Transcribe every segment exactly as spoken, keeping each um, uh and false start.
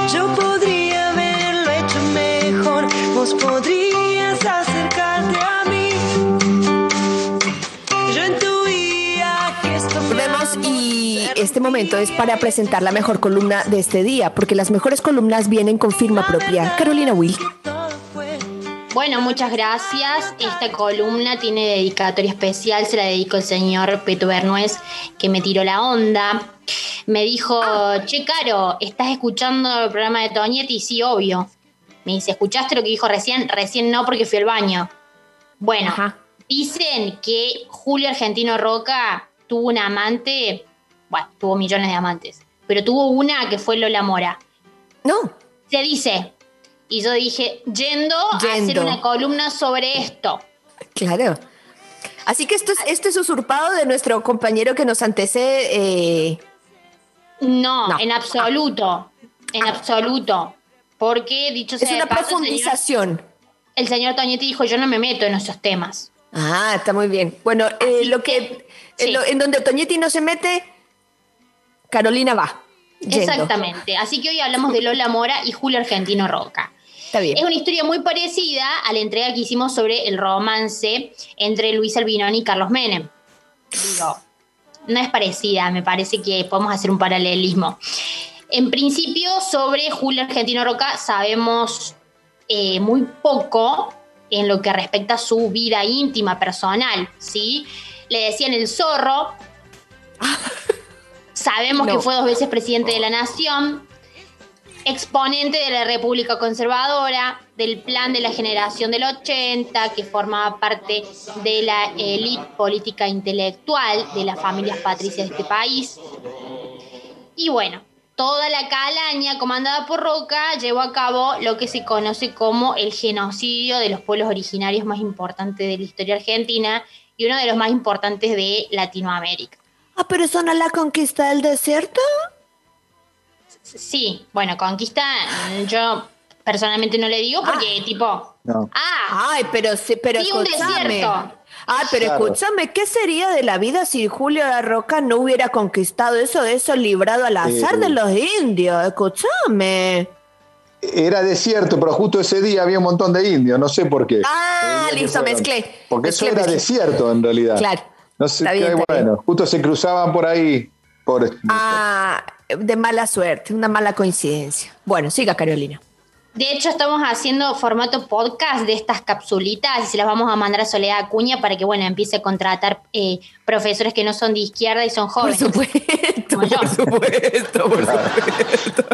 Yo podría haberlo hecho mejor, vos podrías acercarte a mí. Yo intuía que esto Vemos, y este momento es para presentar la mejor columna de este día, porque las mejores columnas vienen con firma propia. Carolina Will. Bueno, muchas gracias. Esta columna tiene dedicatoria especial, se la dedico al señor Peto Bernués, que me tiró la onda. Me dijo, che, Caro, ¿estás escuchando el programa de Toñetti? Sí, obvio. Me dice, ¿escuchaste lo que dijo recién? Recién no, porque fui al baño. Bueno, Ajá. Dicen que Julio Argentino Roca tuvo un amante, bueno, tuvo millones de amantes, pero tuvo una que fue Lola Mora. No. Se dice... Y yo dije, yendo, yendo a hacer una columna sobre esto. Claro. Así que esto es, esto es usurpado de nuestro compañero que nos antecede. Eh... No, no, en absoluto. Ah. En ah. absoluto. Porque, dicho sea es una de paso, profundización. El señor, el señor Toñetti dijo, yo no me meto en esos temas. Ah, está muy bien. Bueno, eh, lo que, que sí. en, lo, en donde Toñetti no se mete, Carolina va. Yendo. Exactamente. Así que hoy hablamos de Lola Mora y Julio Argentino Roca. Está bien. Es una historia muy parecida a la entrega que hicimos sobre el romance entre Luis Albinoni y Carlos Menem. Digo, no es parecida, me parece que podemos hacer un paralelismo. En principio, sobre Julio Argentino Roca sabemos eh, muy poco en lo que respecta a su vida íntima, personal, ¿sí? Le decían el zorro. Sabemos no. que fue dos veces presidente de la nación, exponente de la República Conservadora, del plan de la generación del ochenta, que formaba parte de la élite política intelectual de las familias patricias de este país. Y bueno, toda la calaña comandada por Roca llevó a cabo lo que se conoce como el genocidio de los pueblos originarios más importantes de la historia argentina y uno de los más importantes de Latinoamérica. Ah, pero ¿eso no es la conquista del desierto? Sí, bueno, conquista yo personalmente no le digo porque ah, tipo... No. Ah, ay, pero, pero sí, un desierto. Ah, pero claro. Escúchame, ¿qué sería de la vida si Julio La Roca no hubiera conquistado eso, eso librado al azar eh, de los indios? Escúchame. Era desierto, pero justo ese día había un montón de indios, no sé por qué. Ah, listo, mezclé. Porque mezclé, eso era mezclé. desierto en realidad. Claro. No sé, está bien, qué, está bueno, bien. Justo se cruzaban por ahí. Por... Ah, de mala suerte, una mala coincidencia. Bueno, siga, Carolina. De hecho, estamos haciendo formato podcast de estas capsulitas y se las vamos a mandar a Soledad Acuña para que, bueno, empiece a contratar eh, profesores que no son de izquierda y son jóvenes. Por supuesto, por supuesto, por supuesto.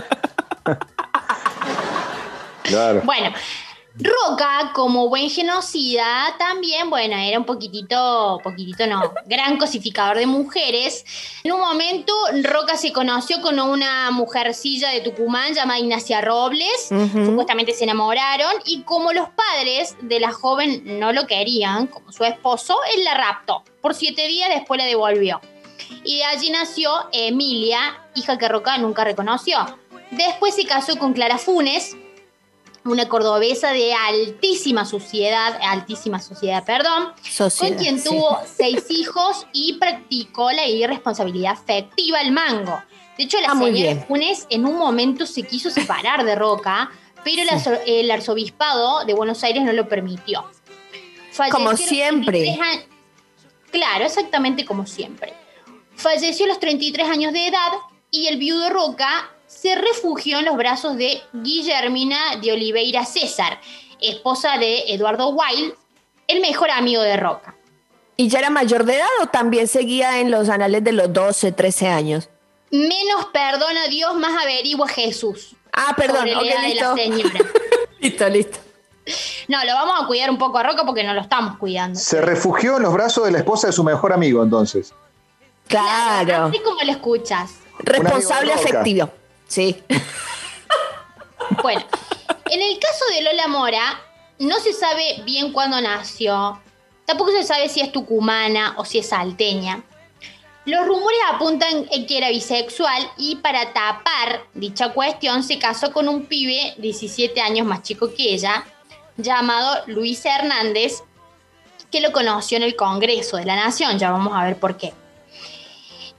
Claro. Bueno, Roca, como buen genocida, también, bueno, era un poquitito, poquitito no, gran cosificador de mujeres. En un momento, Roca se conoció con una mujercilla de Tucumán llamada Ignacia Robles. Uh-huh. Supuestamente se enamoraron y como los padres de la joven no lo querían, como su esposo, él la raptó. Por siete días después la devolvió. Y de allí nació Emilia, hija que Roca nunca reconoció. Después se casó con Clara Funes, una cordobesa de altísima sociedad, altísima sociedad, perdón, sociedad, con quien sí. tuvo seis hijos y practicó la irresponsabilidad afectiva, el mango. De hecho, la ah, señora Funes en un momento se quiso separar de Roca, pero sí. la, el arzobispado de Buenos Aires no lo permitió. Falleció como siempre. Años, claro, exactamente como siempre. Falleció a los treinta y tres años de edad y el viudo Roca se refugió en los brazos de Guillermina de Oliveira César, esposa de Eduardo Wilde, el mejor amigo de Roca. ¿Y ya era mayor de edad o también seguía en los anales de los doce, trece años? Menos perdona a Dios, más averigua Jesús. Ah, perdón, sobre okay, la listo. De la señora. listo, listo. No, lo vamos a cuidar un poco a Roca porque no lo estamos cuidando. Se refugió en los brazos de la esposa de su mejor amigo, entonces. Claro. claro así como lo escuchas. Responsable afectivo. Sí. Bueno, en el caso de Lola Mora, no se sabe bien cuándo nació, tampoco se sabe si es tucumana o si es salteña. Los rumores apuntan en que era bisexual y para tapar dicha cuestión se casó con un pibe diecisiete años más chico que ella, llamado Luis Hernández, que lo conoció en el Congreso de la Nación, ya vamos a ver por qué.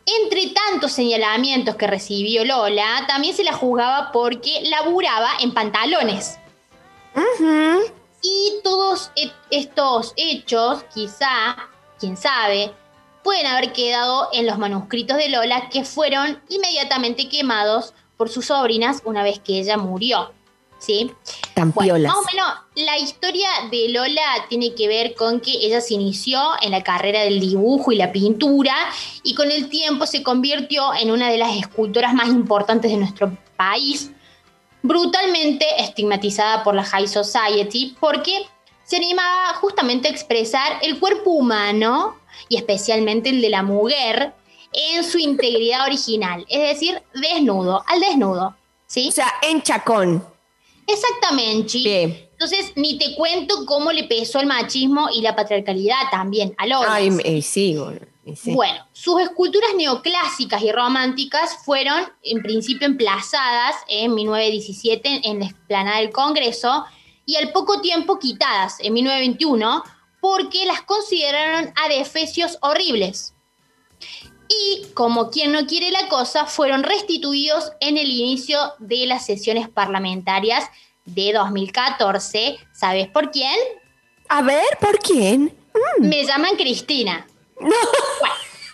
Entre tantos señalamientos que recibió Lola, también se la juzgaba porque laburaba en pantalones. Uh-huh. Y todos estos hechos, quizá, quién sabe, pueden haber quedado en los manuscritos de Lola, que fueron inmediatamente quemados por sus sobrinas una vez que ella murió. ¿Sí? Tan bueno, piolas. más o menos la historia de Lola tiene que ver con que ella se inició en la carrera del dibujo y la pintura y con el tiempo se convirtió en una de las escultoras más importantes de nuestro país, brutalmente estigmatizada por la High Society porque se animaba justamente a expresar el cuerpo humano y especialmente el de la mujer en su integridad original, es decir, desnudo, al desnudo, ¿sí? O sea, en chacón. Exactamente. Bien. Entonces, ni te cuento cómo le pesó el machismo y la patriarcalidad también a Lola. Ay, eh, sí, bueno, sí. Bueno, sus esculturas neoclásicas y románticas fueron en principio emplazadas en mil novecientos diecisiete en la explanada del Congreso y al poco tiempo quitadas en mil novecientos veintiuno porque las consideraron adefesios horribles. Y, como quien no quiere la cosa, fueron restituidos en el inicio de las sesiones parlamentarias de dos mil catorce. ¿Sabes por quién? A ver, ¿por quién? Mm. Me llaman Cristina. No. Bueno.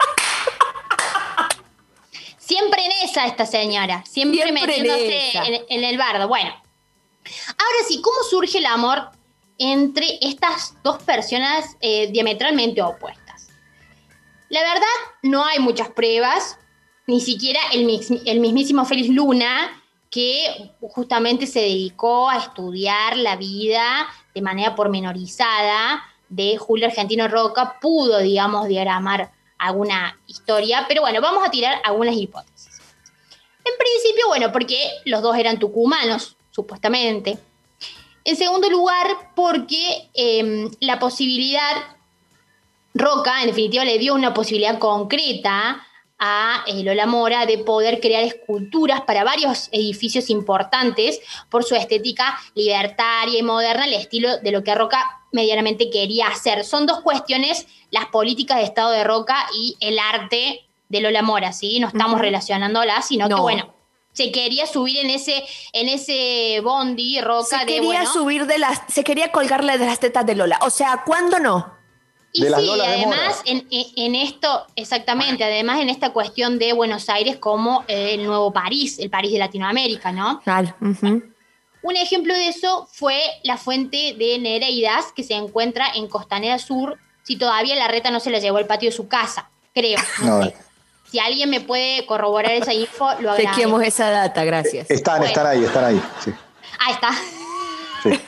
Siempre en esa esta señora, siempre, siempre metiéndose en, en, en el bardo. Bueno, ahora sí, ¿cómo surge el amor entre estas dos personas eh, diametralmente opuestas? La verdad, no hay muchas pruebas, ni siquiera el, mis, el mismísimo Félix Luna, que justamente se dedicó a estudiar la vida de manera pormenorizada de Julio Argentino Roca, pudo, digamos, diagramar alguna historia, pero bueno, vamos a tirar algunas hipótesis. En principio, bueno, porque los dos eran tucumanos, supuestamente. En segundo lugar, porque eh, la posibilidad... Roca, en definitiva, le dio una posibilidad concreta a eh, Lola Mora de poder crear esculturas para varios edificios importantes por su estética libertaria y moderna, el estilo de lo que Roca medianamente quería hacer. Son dos cuestiones, las políticas de Estado de Roca y el arte de Lola Mora, ¿sí? No estamos uh-huh. relacionándolas, sino no. que, bueno, se quería subir en ese, en ese bondi, Roca. Se de, quería bueno, subir de las, se quería colgarle de las tetas de Lola. O sea, ¿cuándo no? Y sí, además en, en, en esto, exactamente, además en esta cuestión de Buenos Aires como eh, el nuevo París, el París de Latinoamérica, ¿no? Claro. Uh-huh. Un ejemplo de eso fue la fuente de Nereidas, que se encuentra en Costanera Sur, si todavía la reta no se la llevó al patio de su casa, creo. No, no sé. Si alguien me puede corroborar esa info, lo agradezco. Chequemos esa data, gracias. Están, bueno. están ahí, están ahí. Sí. Ahí está. Sí.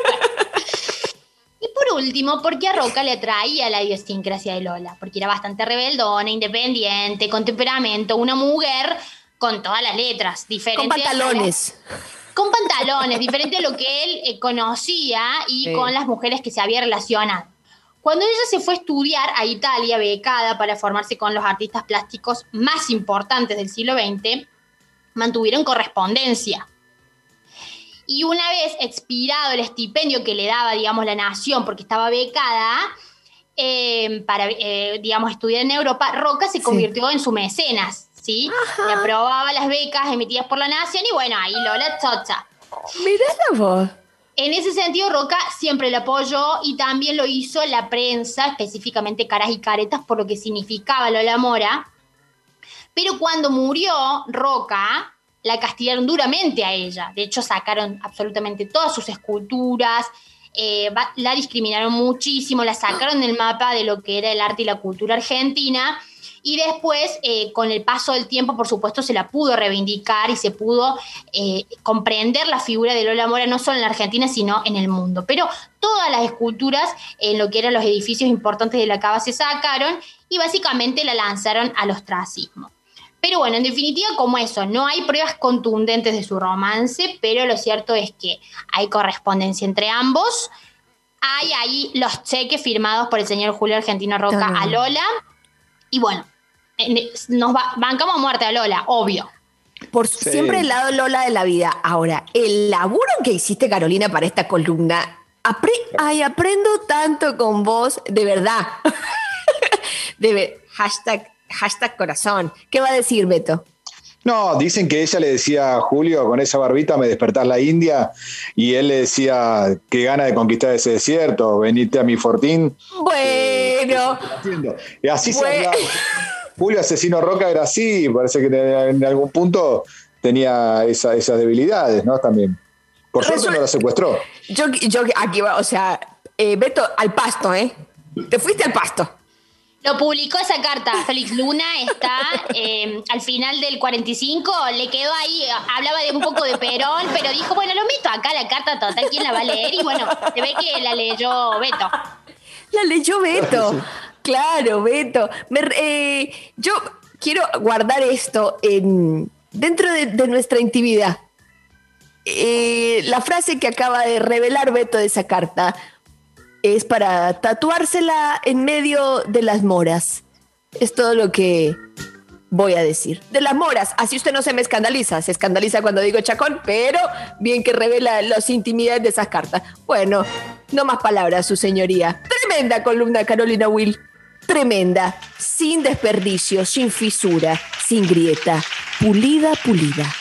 Y por último, porque a Roca le atraía la idiosincrasia de Lola, porque era bastante rebeldona, independiente, con temperamento, una mujer con todas las letras, diferente. Con pantalones. A, con pantalones, diferente a lo que él eh, conocía y sí. con las mujeres que se había relacionado. Cuando ella se fue a estudiar a Italia, becada para formarse con los artistas plásticos más importantes del siglo veinte, mantuvieron correspondencia. Y una vez expirado el estipendio que le daba, digamos, la nación, porque estaba becada eh, para, eh, digamos, estudiar en Europa, Roca se convirtió sí. en su mecenas, ¿sí? Le aprobaba las becas emitidas por la nación y bueno, ahí Lola chocha. Mirá la voz. En ese sentido, Roca siempre le apoyó y también lo hizo la prensa, específicamente Caras y Caretas, por lo que significaba Lola Mora. Pero cuando murió Roca, la castigaron duramente a ella. De hecho, sacaron absolutamente todas sus esculturas, eh, la discriminaron muchísimo, la sacaron del mapa de lo que era el arte y la cultura argentina. Y después, eh, con el paso del tiempo, por supuesto, se la pudo reivindicar y se pudo eh, comprender la figura de Lola Mora, no solo en la Argentina, sino en el mundo. Pero todas las esculturas en lo que eran los edificios importantes de la Cava se sacaron y básicamente la lanzaron al ostracismo. Pero bueno, en definitiva, como eso, no hay pruebas contundentes de su romance, pero lo cierto es que hay correspondencia entre ambos. Hay ahí los cheques firmados por el señor Julio Argentino Roca a Lola. Y bueno, nos bancamos a muerte a Lola, obvio. Por sí. Siempre el lado Lola de la vida. Ahora, el laburo que hiciste, Carolina, para esta columna, apre- ay, aprendo tanto con vos, de verdad. de ver- hashtag hashtag corazón. ¿Qué va a decir, Beto? No, dicen que ella le decía a Julio, con esa barbita me despertás la India, y él le decía, qué gana de conquistar ese desierto, venite a mi fortín. Bueno. Eh, y así bueno. se hablaba. Julio Asesino Roca era así, parece que en algún punto tenía esa, esas debilidades, ¿no? También. Por suerte no la secuestró. Yo, yo aquí va, o sea, eh, Beto, al pasto, ¿eh? Te fuiste al pasto. Lo publicó esa carta. Félix Luna está eh, al final del cuarenta y cinco, le quedó ahí, hablaba de un poco de Perón, pero dijo, bueno, lo meto acá la carta total, ¿quién la va a leer? Y bueno, se ve que la leyó Beto. La leyó Beto. Claro, Beto. Me, eh, yo quiero guardar esto en, dentro de, de nuestra intimidad. Eh, la frase que acaba de revelar Beto de esa carta es para tatuársela en medio de las moras. Es todo lo que voy a decir. De las moras, así usted no se me escandaliza. Se escandaliza cuando digo chacón, pero bien que revela las intimidades de esas cartas. Bueno, no más palabras, su señoría. Tremenda columna, Carolina Will. Tremenda, sin desperdicio, sin fisura, sin grieta. Pulida, pulida.